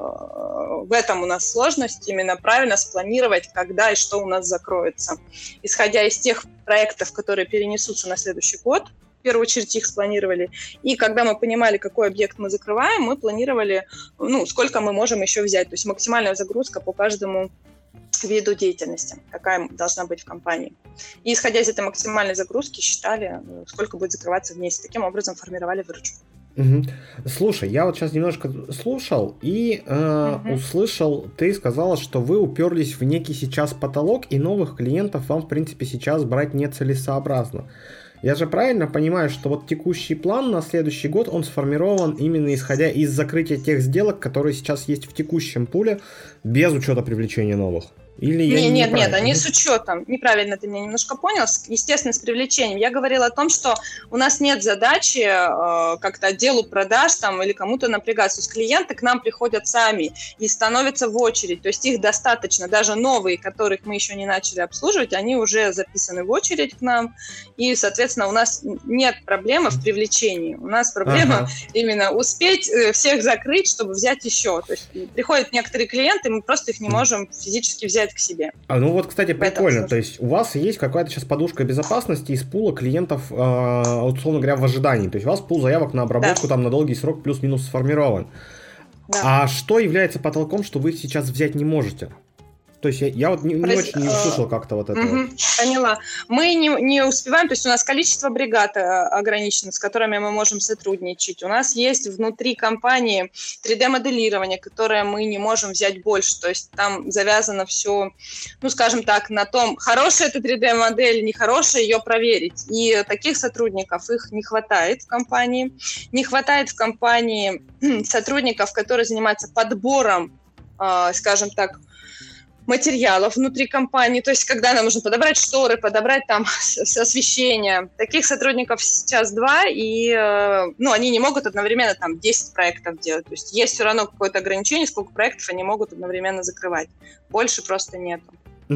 в этом у нас сложность именно правильно спланировать, когда и что у нас закроется. Исходя из тех проектов, которые перенесутся на следующий год, в первую очередь их спланировали. И когда мы понимали, какой объект мы закрываем, мы планировали, сколько мы можем еще взять. То есть максимальная загрузка по каждому виду деятельности, какая должна быть в компании. И исходя из этой максимальной загрузки, считали, сколько будет закрываться в месяц. Таким образом формировали выручку. Угу. Слушай, я вот сейчас немножко слушал и услышал, ты сказала, что вы уперлись в некий сейчас потолок, и новых клиентов вам, в принципе, сейчас брать нецелесообразно. Я же правильно понимаю, что вот текущий план на следующий год, он сформирован именно исходя из закрытия тех сделок, которые сейчас есть в текущем пуле, без учета привлечения новых? Или нет, они с учетом. Неправильно ты меня немножко понял. Естественно, с привлечением. Я говорила о том, что у нас нет задачи как-то отделу продаж там, или кому-то напрягаться. То есть клиенты к нам приходят сами и становятся в очередь. То есть их достаточно. Даже новые, которых мы еще не начали обслуживать, они уже записаны в очередь к нам. И, соответственно, у нас нет проблемы в привлечении. У нас проблема именно успеть всех закрыть, чтобы взять еще. То есть приходят некоторые клиенты, мы просто их не можем физически взять к себе. Кстати, прикольно. То есть у вас есть какая-то сейчас подушка безопасности из пула клиентов, условно говоря, в ожидании. То есть у вас пул заявок на обработку там на долгий срок плюс-минус сформирован. Да. А что является потолком, что вы сейчас взять не можете? То есть я вот не очень не услышал как-то вот это. Поняла. Мы не успеваем, то есть у нас количество бригад ограничено, с которыми мы можем сотрудничать. У нас есть внутри компании 3D-моделирование, которое мы не можем взять больше. То есть там завязано все, скажем так, на том, хорошая это 3D-модель, нехорошая, ее проверить. И таких сотрудников их не хватает в компании. Не хватает в компании сотрудников, которые занимаются подбором, скажем так, материалов внутри компании, то есть когда нам нужно подобрать шторы, подобрать там освещение. Таких сотрудников сейчас 2, и они не могут одновременно там 10 проектов делать. То есть есть все равно какое-то ограничение, сколько проектов они могут одновременно закрывать. Больше просто нету.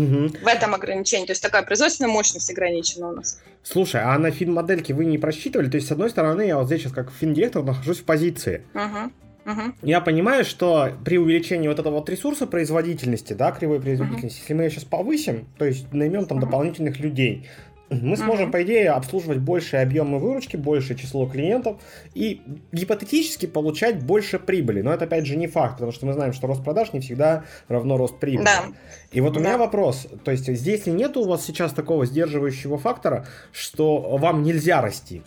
В этом ограничении. То есть такая производственная мощность ограничена у нас. Слушай, а на финмодельке вы не просчитывали? То есть, с одной стороны, я вот здесь сейчас как финдиректор нахожусь в позиции. Я понимаю, что при увеличении вот этого вот ресурса производительности, да, кривой производительности, если мы ее сейчас повысим, то есть наймем там дополнительных людей, мы сможем, по идее, обслуживать большие объемы выручки, большее число клиентов и гипотетически получать больше прибыли. Но это, опять же, не факт, потому что мы знаем, что рост продаж не всегда равно рост прибыли. Да. И вот у меня вопрос, то есть здесь ли нет у вас сейчас такого сдерживающего фактора, что вам нельзя расти?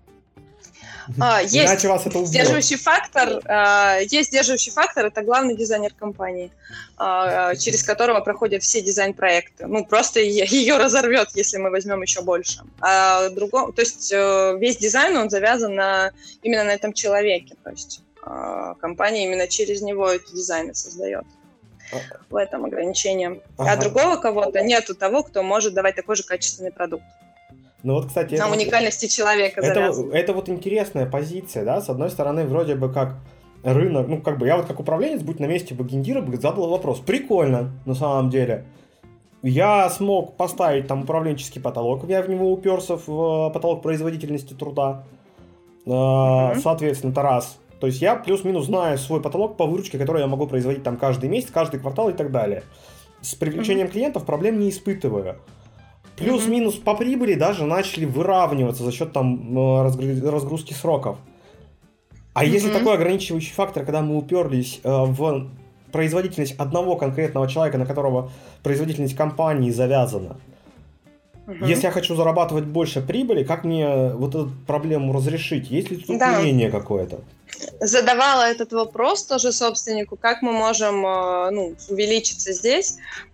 Есть сдерживающий фактор, это главный дизайнер компании, через которого проходят все дизайн-проекты. Просто ее разорвет, если мы возьмем еще больше. То есть весь дизайн, он завязан именно на этом человеке. То есть компания именно через него эти дизайны создает. В этом ограничение. А другого кого-то нету того, кто может давать такой же качественный продукт. Кстати, на уникальности человека это вот интересная позиция, да, с одной стороны, вроде бы как рынок, ну, как бы, я вот как управленец, будь на месте Багиндира, бы задал вопрос. Прикольно, на самом деле. Я смог поставить там управленческий потолок, я в него уперся, в потолок производительности труда. Соответственно, это раз. То есть я плюс-минус знаю свой потолок по выручке, который я могу производить там каждый месяц, каждый квартал и так далее. С привлечением клиентов проблем не испытываю. Плюс-минус по прибыли даже начали выравниваться за счет там разгрузки сроков. А если такой ограничивающий фактор, когда мы уперлись в производительность одного конкретного человека, на которого производительность компании завязана, если я хочу зарабатывать больше прибыли, как мне вот эту проблему разрешить? Есть ли тут мнение какое-то? Задавала этот вопрос тоже собственнику, как мы можем увеличиться здесь.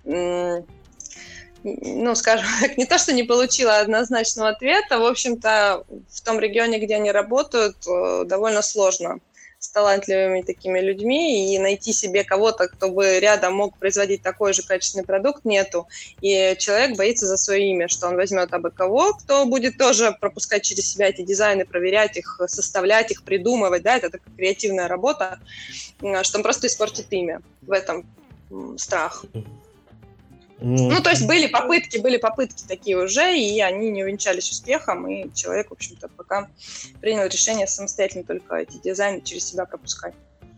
Ну, скажем так, не то, что не получила однозначного ответа, в общем-то, в том регионе, где они работают, довольно сложно с талантливыми такими людьми, и найти себе кого-то, кто бы рядом мог производить такой же качественный продукт, нету. И человек боится за свое имя, что он возьмет абы кого, кто будет тоже пропускать через себя эти дизайны, проверять их, составлять их, придумывать, да, это такая креативная работа, что он просто испортит имя. В этом страх. Ну, то есть были попытки такие уже, и они не увенчались успехом, и человек, в общем-то, пока принял решение самостоятельно только эти дизайны через себя пропускать.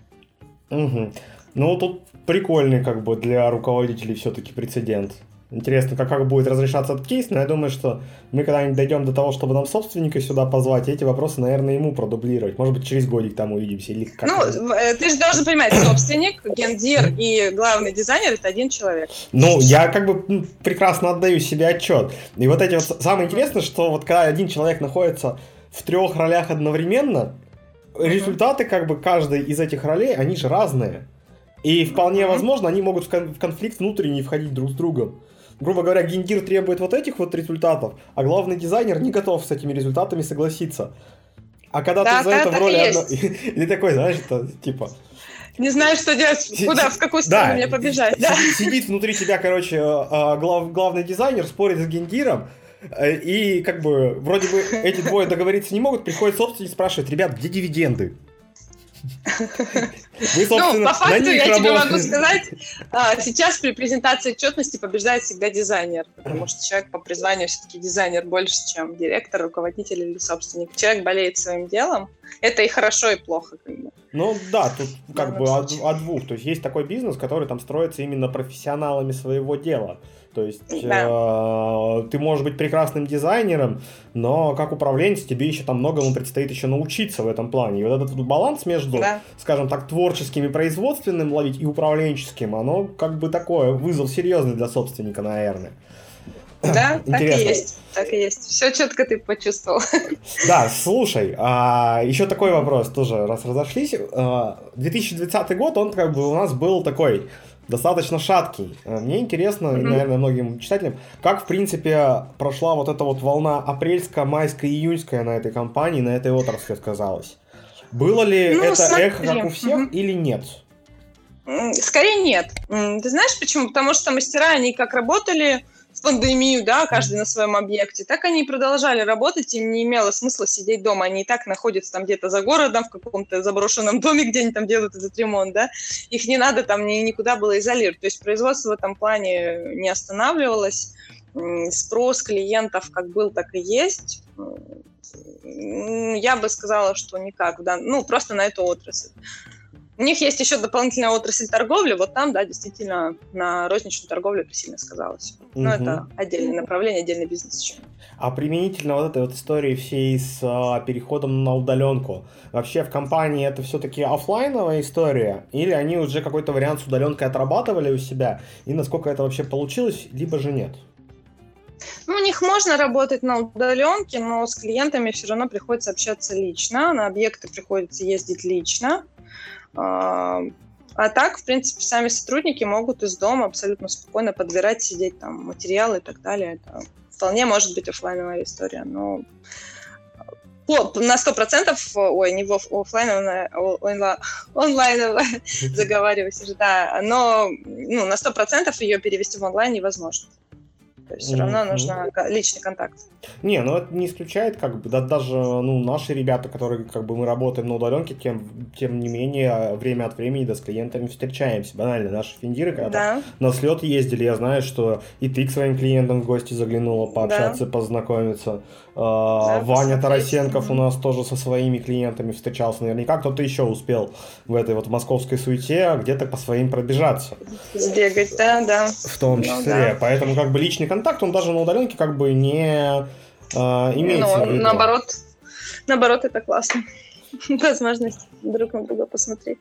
Ну, тут прикольный, как бы, для руководителей все-таки прецедент. Интересно, как будет разрешаться этот кейс, но я думаю, что мы когда-нибудь дойдем до того, чтобы нам собственника сюда позвать, и эти вопросы, наверное, ему продублировать. Может быть, через годик там увидимся. Или ты же должен понимать, собственник, гендир и главный дизайнер – это один человек. Ну, я как бы прекрасно отдаю себе отчет. И вот эти вот самое интересное, что вот когда один человек находится в 3 ролях одновременно, результаты как бы каждой из этих ролей, они же разные. И вполне возможно, они могут в конфликт внутренний входить друг с другом. Грубо говоря, гендир требует вот этих вот результатов, а главный дизайнер не готов с этими результатами согласиться. А когда ты за это в роли одной... И ты такой, знаешь, это типа... Не знаю, что делать, куда, в какую сторону мне побежать. Да. Сидит внутри тебя, короче, главный дизайнер, спорит с гендиром, и как бы вроде бы эти двое договориться не могут, приходит собственник и спрашивает: ребят, где дивиденды? Вы, по факту я тебе могу сказать, сейчас при презентации отчетности побеждает всегда дизайнер, потому что человек по призванию все-таки дизайнер больше, чем директор, руководитель или собственник. Человек болеет своим делом, это и хорошо, и плохо. Ну да, тут как бы о двух. То есть есть такой бизнес, который там строится именно профессионалами своего дела. То есть ты можешь быть прекрасным дизайнером, но как управленец тебе еще там многому предстоит еще научиться в этом плане. И вот этот баланс между, скажем так, творческим и производственным ловить и управленческим, оно как бы такое, вызов серьезный для собственника, наверное. Да, так и есть. Все четко ты почувствовал. Да, слушай, еще такой вопрос тоже, раз разошлись. 2020 год, он как бы у нас был такой достаточно шаткий. Мне интересно, наверное, многим читателям, как, в принципе, прошла вот эта вот волна апрельская, майская, июньская на этой компании, на этой отрасли сказалось. Было ли это эхо, как у всех, или нет? Скорее нет. Ты знаешь почему? Потому что мастера, они как работали в пандемию, да, каждый на своем объекте, так они и продолжали работать, им не имело смысла сидеть дома, они и так находятся там где-то за городом, в каком-то заброшенном доме, где они там делают этот ремонт, да, их не надо там никуда было изолировать, то есть производство в этом плане не останавливалось, спрос клиентов как был, так и есть, я бы сказала, что никак, да, просто на эту отрасль. У них есть еще дополнительная отрасль торговли, вот там, да, действительно, на розничную торговлю это сильно сказалось. Но это отдельное направление, отдельный бизнес еще. А применительно вот этой вот истории всей с переходом на удаленку, вообще в компании это все-таки офлайновая история, или они уже какой-то вариант с удаленкой отрабатывали у себя, и насколько это вообще получилось, либо же нет? У них можно работать на удаленке, но с клиентами все равно приходится общаться лично, на объекты приходится ездить лично. А так, в принципе, сами сотрудники могут из дома абсолютно спокойно подбирать, сидеть там, материалы и так далее. Это вполне может быть офлайновая история, но на 100%, не офлайновая, онлайновая, заговариваюсь уже, да, но на 100% ее перевести в онлайн невозможно. То есть все равно нужно личный контакт. Не, ну это не исключает, как бы, даже наши ребята, которые как бы мы работаем на удаленке, тем не менее, время от времени с клиентами встречаемся. Банально, наши финдиры, когда на слет ездили, я знаю, что и ты к своим клиентам в гости заглянула, пообщаться, познакомиться. Ваня Тарасенков у нас тоже со своими клиентами встречался. Наверняка кто-то еще успел в этой вот московской суете где-то по своим пробежаться. Сбегать, да. В том числе. Поэтому как бы личный контакт, он даже на удаленке как бы не имеется в виду. Наоборот, это классно. Возможность друг на друга посмотреть.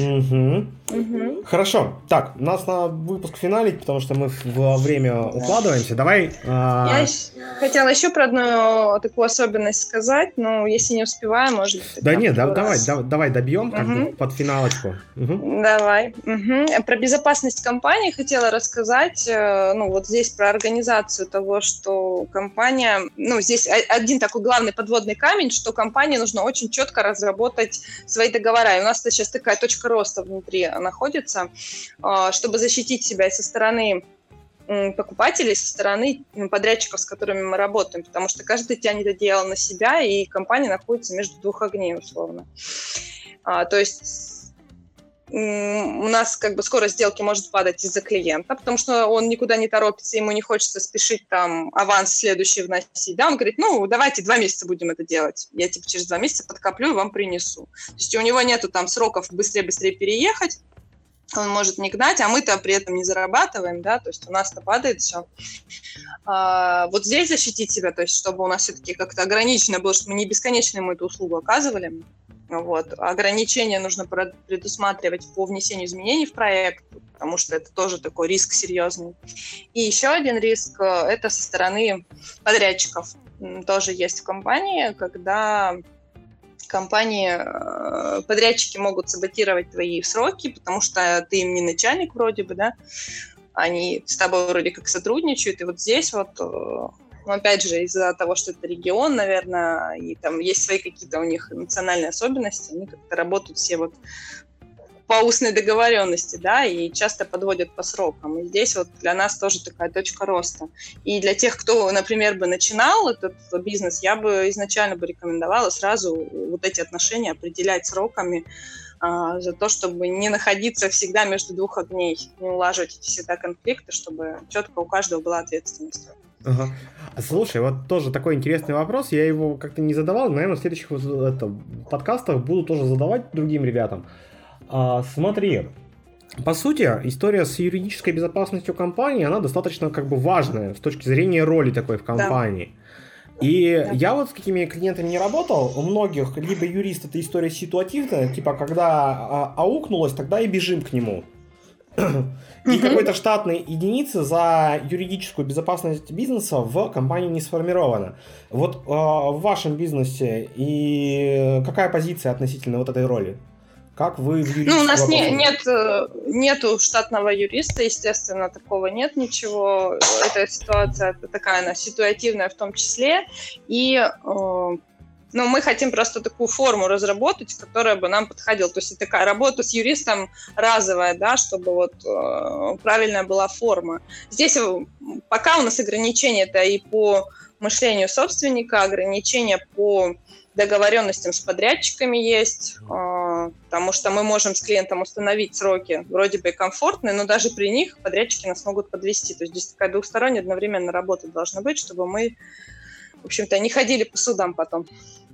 Хорошо. Так, у нас на выпуск финалить, потому что мы во время укладываемся. Давай... Я хотела еще про одну такую особенность сказать, но если не успеваю, может быть... Да нет, давай добьем как бы под финалочку. Давай. Про безопасность компании хотела рассказать. Вот здесь про организацию того, что компания... здесь один такой главный подводный камень, что компании нужно очень четко разработать свои договора. И у нас сейчас такая точка роста внутри находится, чтобы защитить себя со стороны покупателей, со стороны подрядчиков, с которыми мы работаем, потому что каждый тянет это дело на себя, и компания находится между двух огней, условно. То есть у нас как бы скорость сделки может падать из-за клиента, потому что он никуда не торопится, ему не хочется спешить там аванс следующий вносить. Да? Он говорит, давайте 2 месяца будем это делать. Я через 2 месяца подкоплю и вам принесу. То есть у него нету там сроков быстрее-быстрее переехать, он может не гнать, а мы-то при этом не зарабатываем, да, то есть у нас-то падает все. Вот здесь защитить себя, то есть чтобы у нас все-таки как-то ограничено было, чтобы мы не бесконечно ему эту услугу оказывали. Вот. Ограничения нужно предусматривать по внесению изменений в проект, потому что это тоже такой риск серьезный. И еще один риск – это со стороны подрядчиков. Тоже есть в компании, когда подрядчики могут саботировать твои сроки, потому что ты им не начальник вроде бы, да, они с тобой вроде как сотрудничают, и вот здесь вот... опять же, из-за того, что это регион, наверное, и там есть свои какие-то у них национальные особенности, они как-то работают все вот по устной договоренности, да, и часто подводят по срокам. И здесь вот для нас тоже такая точка роста. И для тех, кто, например, бы начинал этот бизнес, я бы изначально бы рекомендовала сразу вот эти отношения определять сроками, за то, чтобы не находиться всегда между двух огней, не улаживать всегда конфликты, чтобы четко у каждого была ответственность. Ага. Слушай, вот тоже такой интересный вопрос, я его как-то не задавал, наверное, в следующих подкастах буду тоже задавать другим ребятам. Смотри, по сути, история с юридической безопасностью компании, она достаточно как бы важная с точки зрения роли такой в компании. Да. И я вот с какими клиентами не работал, у многих либо юрист это история ситуативная, типа когда аукнулось, тогда и бежим к нему. И какой-то штатной единицы за юридическую безопасность бизнеса в компании не сформировано. Вот в вашем бизнесе и какая позиция относительно вот этой роли? Как вы в юридическом у нас нету штатного юриста, естественно, такого нет ничего. Эта ситуация такая, она ситуативная в том числе. И мы хотим просто такую форму разработать, которая бы нам подходила. То есть такая работа с юристом разовая, да, чтобы вот правильная была форма. Здесь пока у нас ограничения это и по мышлению собственника, ограничения по договоренностям с подрядчиками есть, потому что мы можем с клиентом установить сроки вроде бы комфортные, но даже при них подрядчики нас могут подвести. То есть здесь такая двухсторонняя одновременная работа должна быть, чтобы мы, в общем-то, не ходили по судам потом.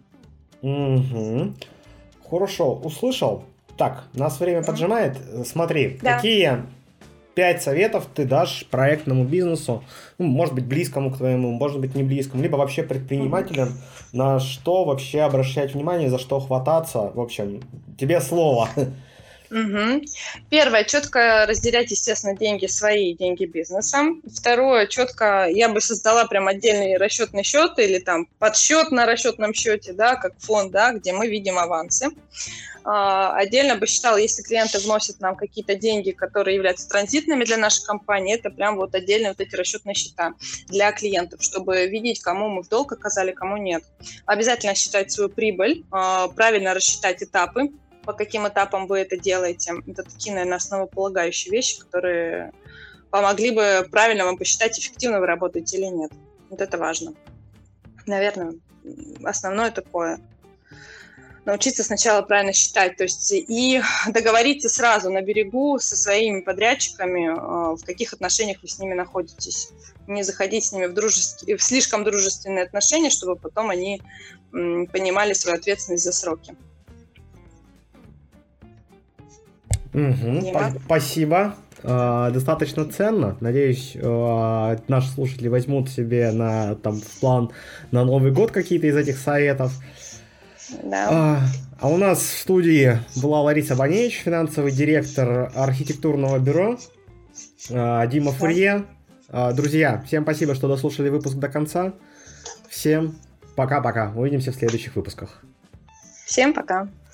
Угу. Хорошо, услышал. Так, нас время поджимает. Смотри, какие 5 советов ты дашь проектному бизнесу, может быть, близкому к твоему, может быть, не близкому, либо вообще предпринимателям, на что вообще обращать внимание, за что хвататься. В общем, тебе слово. Первое, четко разделять, естественно, деньги свои и деньги бизнеса. Второе, четко я бы создала прям отдельный расчетный счет или там подсчет на расчетном счете, да, как фонд, да, где мы видим авансы. Отдельно бы считала, если клиенты вносят нам какие-то деньги, которые являются транзитными для нашей компании, это прям вот отдельные вот эти расчетные счета для клиентов, чтобы видеть, кому мы в долг оказали, кому нет. Обязательно считать свою прибыль, правильно рассчитать этапы, по каким этапам вы это делаете. Это такие, наверное, основополагающие вещи, которые помогли бы правильно вам посчитать, эффективно вы работаете или нет. Вот это важно. Наверное, основное такое. Научиться сначала правильно считать, то есть и договориться сразу на берегу со своими подрядчиками, в каких отношениях вы с ними находитесь. Не заходить с ними в слишком дружественные отношения, чтобы потом они понимали свою ответственность за сроки. Спасибо. Достаточно ценно. Надеюсь, наши слушатели возьмут себе в план на Новый год какие-то из этих советов. Да. А у нас в студии была Лариса Баневич, финансовый директор архитектурного бюро, Дима Фурье. Друзья, всем спасибо, что дослушали выпуск до конца. Всем пока-пока. Увидимся в следующих выпусках. Всем пока.